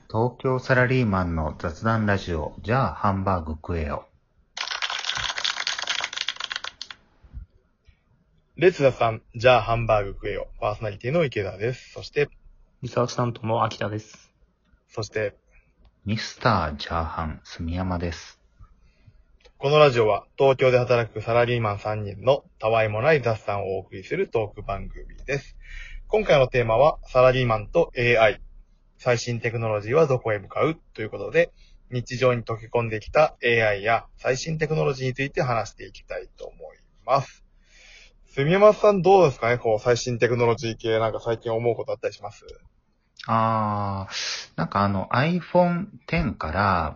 東京サラリーマンの雑談ラジオ、じゃあハンバーグ食えよ。 レッツザさん、じゃあハンバーグ食えよ。パーソナリティの池田です。そして、 リサーチ担当の秋田です。 ミスタージャーハン、住山です。 このラジオは東京で働くサラリーマン3人のたわいもない雑談をお送りするトーク番組です。今回のテーマはサラリーマンと AI。最新テクノロジーはどこへ向かうということで、日常に溶け込んできた AI や最新テクノロジーについて話していきたいと思います。住山さんどうですかね、最新テクノロジー系なんか最近思うことあったりします？ iPhone X から、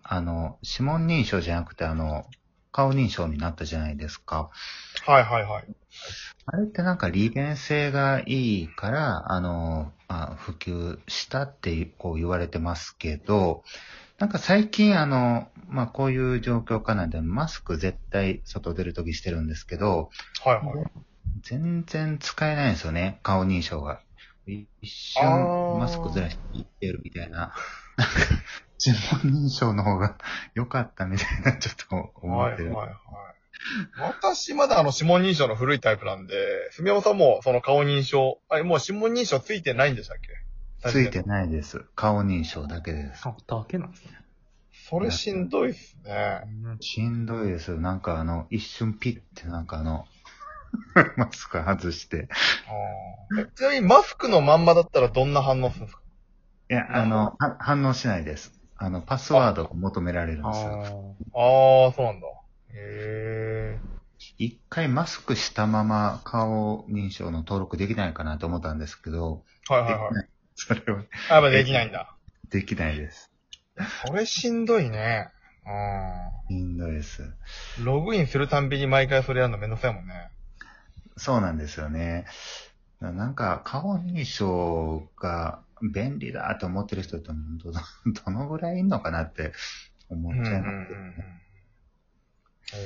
指紋認証じゃなくて顔認証になったじゃないですか。 はいはいはい。 あれって利便性がいいから、普及したってこう言われてますけど、最近こういう状況下なんで、マスク絶対外出るときしてるんですけど、 はいはい。 全然使えないんですよね、顔認証が。一瞬マスクずらしていってるみたいな。指紋認証の方が良かったみたいな、ちょっと思ってる。 はいはいはい。私まだ指紋認証の古いタイプなんで、住山さんもその顔認証、もう指紋認証ついてないんでしたっけ？ ついてないです。顔認証だけです。 だけなんですね。 それしんどいっすね。 しんどいです。一瞬ピッてマスク外して。 ちなみにマスクのまんまだったらどんな反応するんですか？ いや、反応しないです。パスワードが求められるんですよ。 そうなんだ。へ一回マスクしたまま顔認証の登録できないかなと思ったんですけど、 はいはいはい。 できない。それは。 やっぱできないんだ。 できないです。 それしんどいね。 しんどいです。 ログインするたんびに毎回それやるのめんどくさいもんね。 そうなんですよね。顔認証が便利だと思ってる人ってどのぐらいいんのかなって思っちゃいます。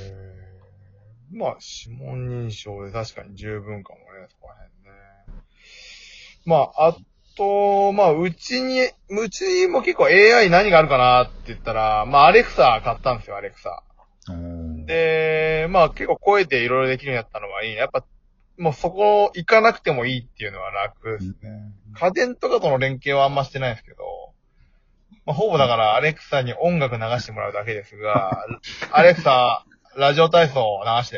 まあ、指紋認証で確かに十分かもね、そこら辺ね。まあ、うちも結構 AI 何があるかなって言ったら、アレクサ買ったんですよ、アレクサ。で、結構声でいろいろできるようになったのはいいね。やっぱ、もうそこ行かなくてもいいっていうのは楽ですね。家電とかとの連携はあんましてないんですけど、ほぼだからアレクサに音楽流してもらうだけですが、アレクサ、ラジオ体操を流して。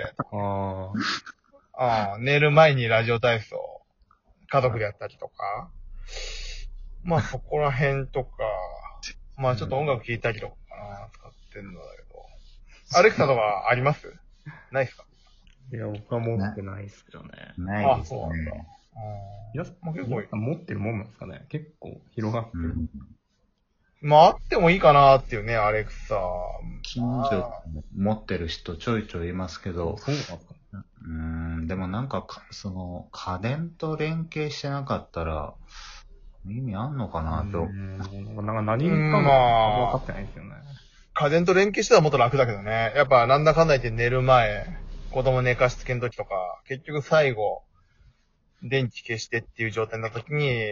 寝る前にラジオ体操、家族でやったりとか。そこら辺とか、ちょっと音楽聴いたりとかかな、使ってんのだけど。アレクサとかあります？ないっすか？ いや、僕は持ってないですけどね。 ないですね。 そうなんだ。 皆さん持ってるもんなんですかね？結構広がってる。 あってもいいかなっていうね、アレクサ。 近所持ってる人ちょいちょいいますけど、 そうなんですか？ でも家電と連携してなかったら、意味あんのかなと。 何に使うのか分かってないですよね。 家電と連携したらもっと楽だけどね。やっぱなんだかんだ言って寝る前、子供寝かしつけの時とか、結局最後、電気消してっていう状態の時に、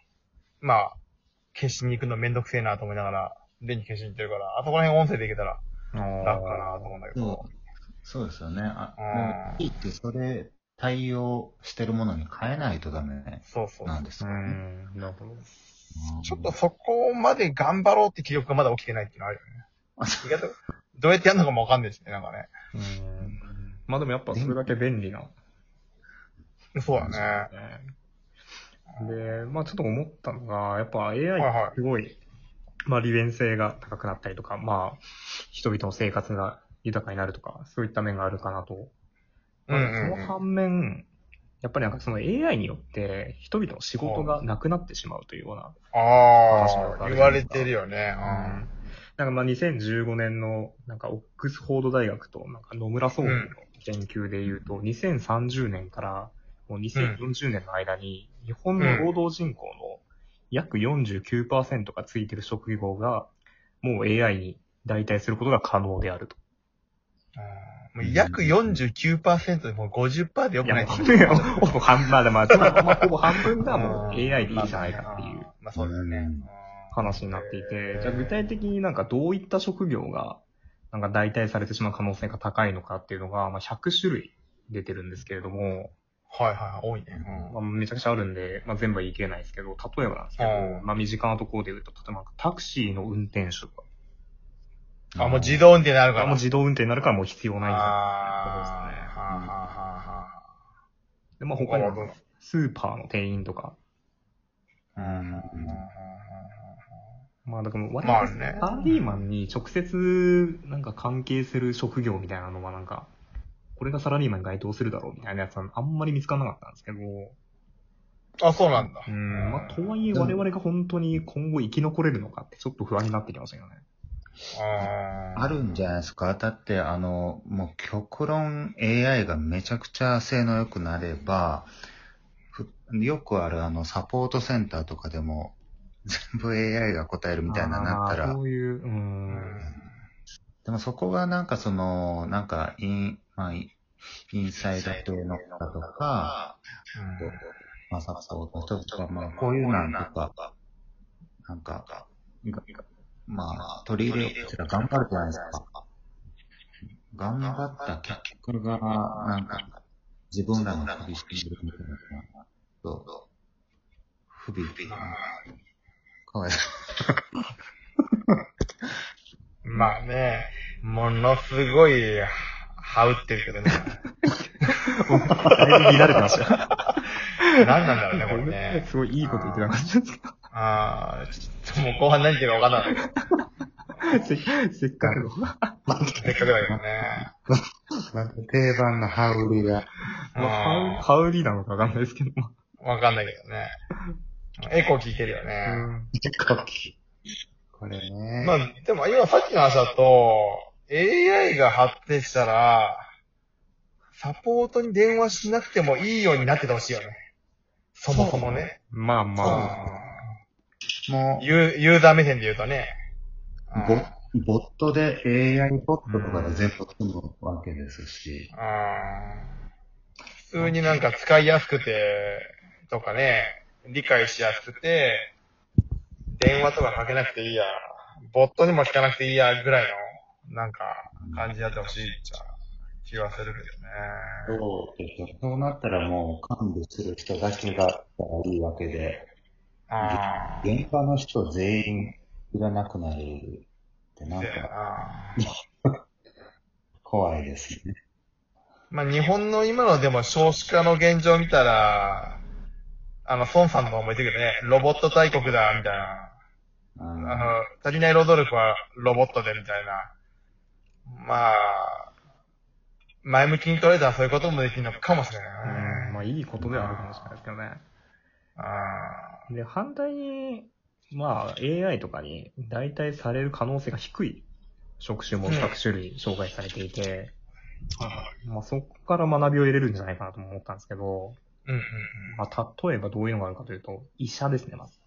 消しに行くのめんどくせえなと思いながら、電気消しに行ってるから、あそこら辺音声できたら楽かなと思うんだけど。 そうですよね。いいってそれ対応してるものに変えないとダメなんですかね。 なるほど。 ちょっとそこまで頑張ろうって気力がまだ起きてないっていうのはあるよね。どうやってやるのかもわかんないしね、なんかね。 でもやっぱそれだけ便利な。 そうだね。 で、ちょっと思ったのが、やっぱ AI すごい、利便性が高くなったりとか、人々の生活が豊かになるとか、そういった面があるかなと。その反面、やっぱりその AI によって人々の仕事がなくなってしまうというような話も言われてるよね。 2015年のオックスフォード大学と野村総理の研究で言うと、2030年からもう2040年の間に日本の労働人口の約 49% がついている職業がもう AI に代替することが可能であると。 約 49% でもう 50% でよくないってほぼ半分だ、ほぼ半分がもう AI でいいじゃないかっていう。 そうだよね。 話になっていて、じゃあ具体的になんかどういった職業がなんか代替されてしまう可能性が高いのかっていうのが、まあ、100種類出てるんですけれども、 はいはい、多いね。 まあ、めちゃくちゃあるんで、まあ、全部は言い切れないですけど、例えばなんですけど、まあ、身近なところで言うと、例えばタクシーの運転手とか。 もう自動運転になるから。 もう自動運転になるからもう必要ないんじゃないはあ、はあ、はあ、はあ。 で、まあ、他にも、スーパーの店員とか。まあ、だから我々、サラリーマンに直接なんか関係する職業みたいなのはなんか、これがサラリーマンに該当するだろうみたいなやつはあんまり見つからなかったんですけど。 あ、そうなんだ。 まあ、とはいえ我々が本当に今後生き残れるのかってちょっと不安になってきますよね。 あるんじゃないですか。だって、もう極論 AI がめちゃくちゃ性能良くなれば、よくあるサポートセンターとかでも、全部 AI が答えるみたいななったら。 そういう、 でもそこがなんかなんかインサイド系の方とか、まあサポート人とか、まあこういうなんとか、なんか、まあ取り入れようとしたら頑張るじゃないですか。頑張った結果が、なんか、自分らの首絞めるみたいな、不備。かわいそう。 まあね、ものすごい、羽打ってるけどね。 だいぶ見られてましたよ。 何なんだろうね、これね。 すごいいいこと言ってなかったですか。 ちょっともう後半何言ってるか分かんない。 せっかくの。 せっかくだけどね。 定番の羽売りが。 羽売りなのか分かんないですけども。 分かんないけどね。エコー聞いてるよね。 エコー聞これね。 まあ、でも今さっきの話だと、AI が発展したら、サポートに電話しなくてもいいようになっててほしいよね。そもそもね。 まあまあ。 もう、ユーザー目線で言うとね。 ボットで AI ボットとかで全部済むわけですし。 普通になんか使いやすくて、とかね、理解しやすくて、電話とかかけなくていいや、ボットにも聞かなくていいや、ぐらいの、なんか、感じやってほしいっちゃ、気はするけどね。 そうですよ。そうなったらもう管理する人だけがいいわけで、現場の人全員いらなくなるってなんか、怖いですね。 まあ日本の今のでも少子化の現状を見たら、孫さんの方も言ってるけどね、ロボット大国だ、みたいな。足りない労働力はロボットで、みたいな。まあ、前向きに捉えたらそういうこともできるのかもしれないね。 まあいいことではあるかもしれないですけどね。で、反対に、まあ AI とかに代替される可能性が低い職種も100種類紹介されていて、まあそこから学びを得れるんじゃないかなと思ったんですけど、まあ例えばどういうのがあるかというと、医者ですね、まず。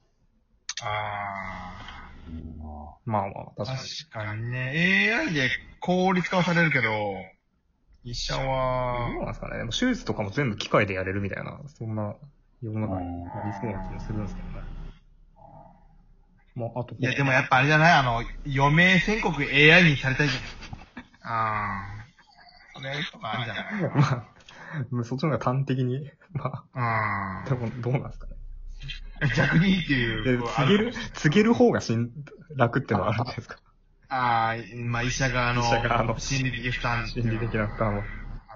まあまあ、 確かにね。AI で効率化はされるけど、医者は、 どうなんですかね。でも手術とかも全部機械でやれるみたいな、そんな世の中になりそうな気がするんですけどね。まあ、あと。 いや、でもやっぱあれじゃない余命宣告 AI にされたいじゃん。それとかあるじゃないまあ、そっちの方が端的に、まあ、でもどうなんですかね。 逆にいいっていう。 告げる方が楽ってのはあるんじゃないですか。 まあ医者側の心理的負担。 心理的な負担は。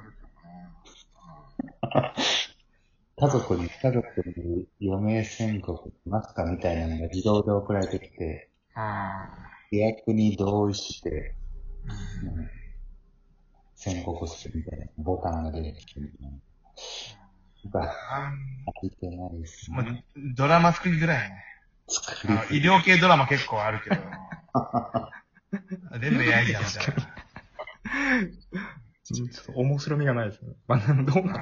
家族に余命宣告しますかみたいなのが自動で送られてきて、予約に同意して、宣告するみたいなボタンが出てきてみたいな。いけないですね。 ドラマ作りづらいね。医療系ドラマ結構あるけど。全部 AI じゃんみたいな。 ちょっと面白みがないですね。まあ、どうなんですかね。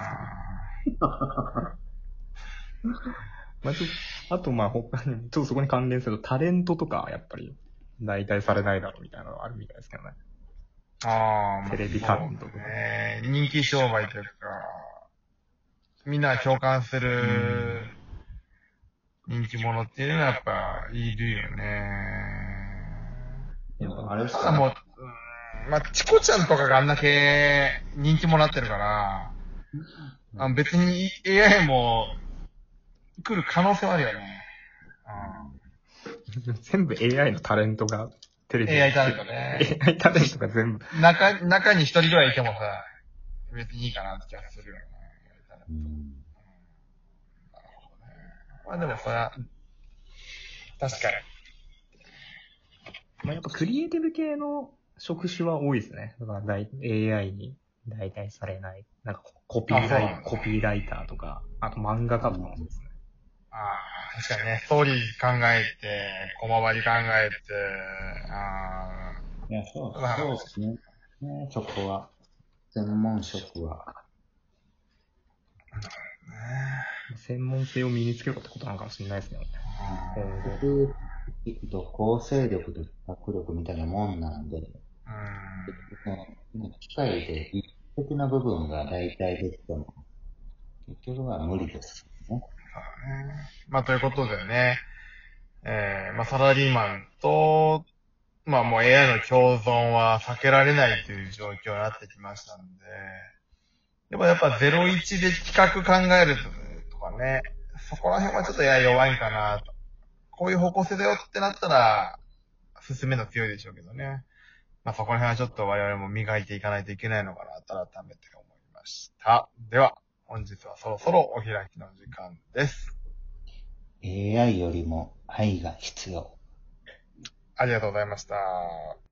まあ、あと、まあ、他に、ちょっとそこに関連すると、タレントとか、やっぱり、代替されないだろうみたいなのがあるみたいですけどね。テレビタレントとか。 人気商売というか、みんな共感する人気者っていうのはやっぱいるよね。 でもあれただもう、まあ、チコちゃんとかがあんだけ人気もらってるから、別に AI も来る可能性はあるよね。 全部 AI のタレントがテレビ AI タレントね。 AI タレントが全部。 中に一人ぐらいいてもさ、別にいいかなって気がするよね。なるほどね。まあでもそれは、確かに。 まあ、やっぱクリエイティブ系の職種は多いですね。だから AI に代替されない。なんかコピーライターとか、あと漫画家とかもそうですね。 確かにね、ストーリー考えて、小回り考えて、 いや、そうですね。そこは。専門職は。 専門性を身につけろってことなのかもしれないですね。 僕、構成力と学力みたいなもんなんで、機械で一的な部分が大体できても、結局は無理ですね。 まあ、ということでね、まあ、サラリーマンと、まあ、もう AI の共存は避けられないという状況になってきましたんで、やっぱ01で企画考えるとかね、そこら辺はちょっと弱いんかなと。こういう方向性だよってなったら、進めの強いでしょうけどね。まあ、そこら辺はちょっと我々も磨いていかないといけないのかなと改めて思いました。では、本日はそろそろお開きの時間です。 AI よりも愛が必要。 ありがとうございました。